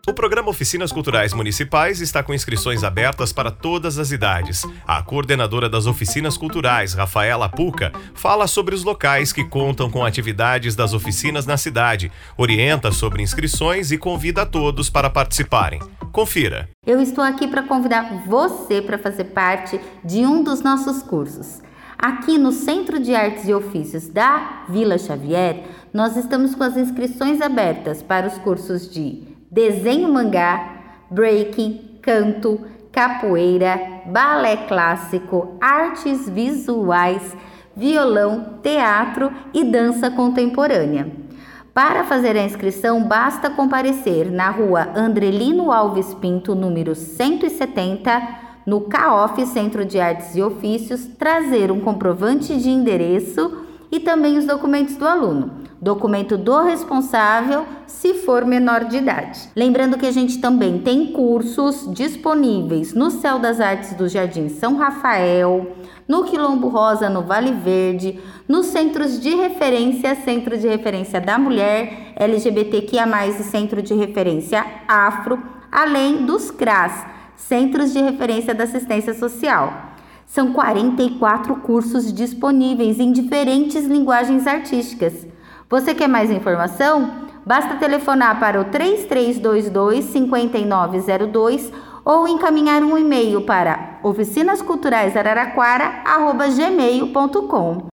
O programa Oficinas Culturais Municipais está com inscrições abertas para todas as idades. A coordenadora das Oficinas Culturais, Rafaela Puca, fala sobre os locais que contam com atividades das oficinas na cidade, orienta sobre inscrições e convida a todos para participarem. Confira. Eu estou aqui para convidar você para fazer parte de um dos nossos cursos. Aqui no Centro de Artes e Ofícios da Vila Xavier, nós estamos com as inscrições abertas para os cursos de desenho mangá, breaking, canto, capoeira, balé clássico, artes visuais, violão, teatro e dança contemporânea. Para fazer a inscrição, basta comparecer na rua Andrelino Alves Pinto, número 170, no CAOF, Centro de Artes e Ofícios, trazer um comprovante de endereço e também os documentos do aluno. Documento do responsável, se for menor de idade. Lembrando que a gente também tem cursos disponíveis no Céu das Artes do Jardim São Rafael, no Quilombo Rosa, no Vale Verde, nos centros de referência, Centro de Referência da Mulher, LGBTQIA+, e Centro de Referência Afro, além dos CRAS, Centros de Referência da Assistência Social. São 44 cursos disponíveis em diferentes linguagens artísticas. Você quer mais informação? Basta telefonar para o 3322-5902 ou encaminhar um e-mail para oficinasculturaisararaquara@gmail.com.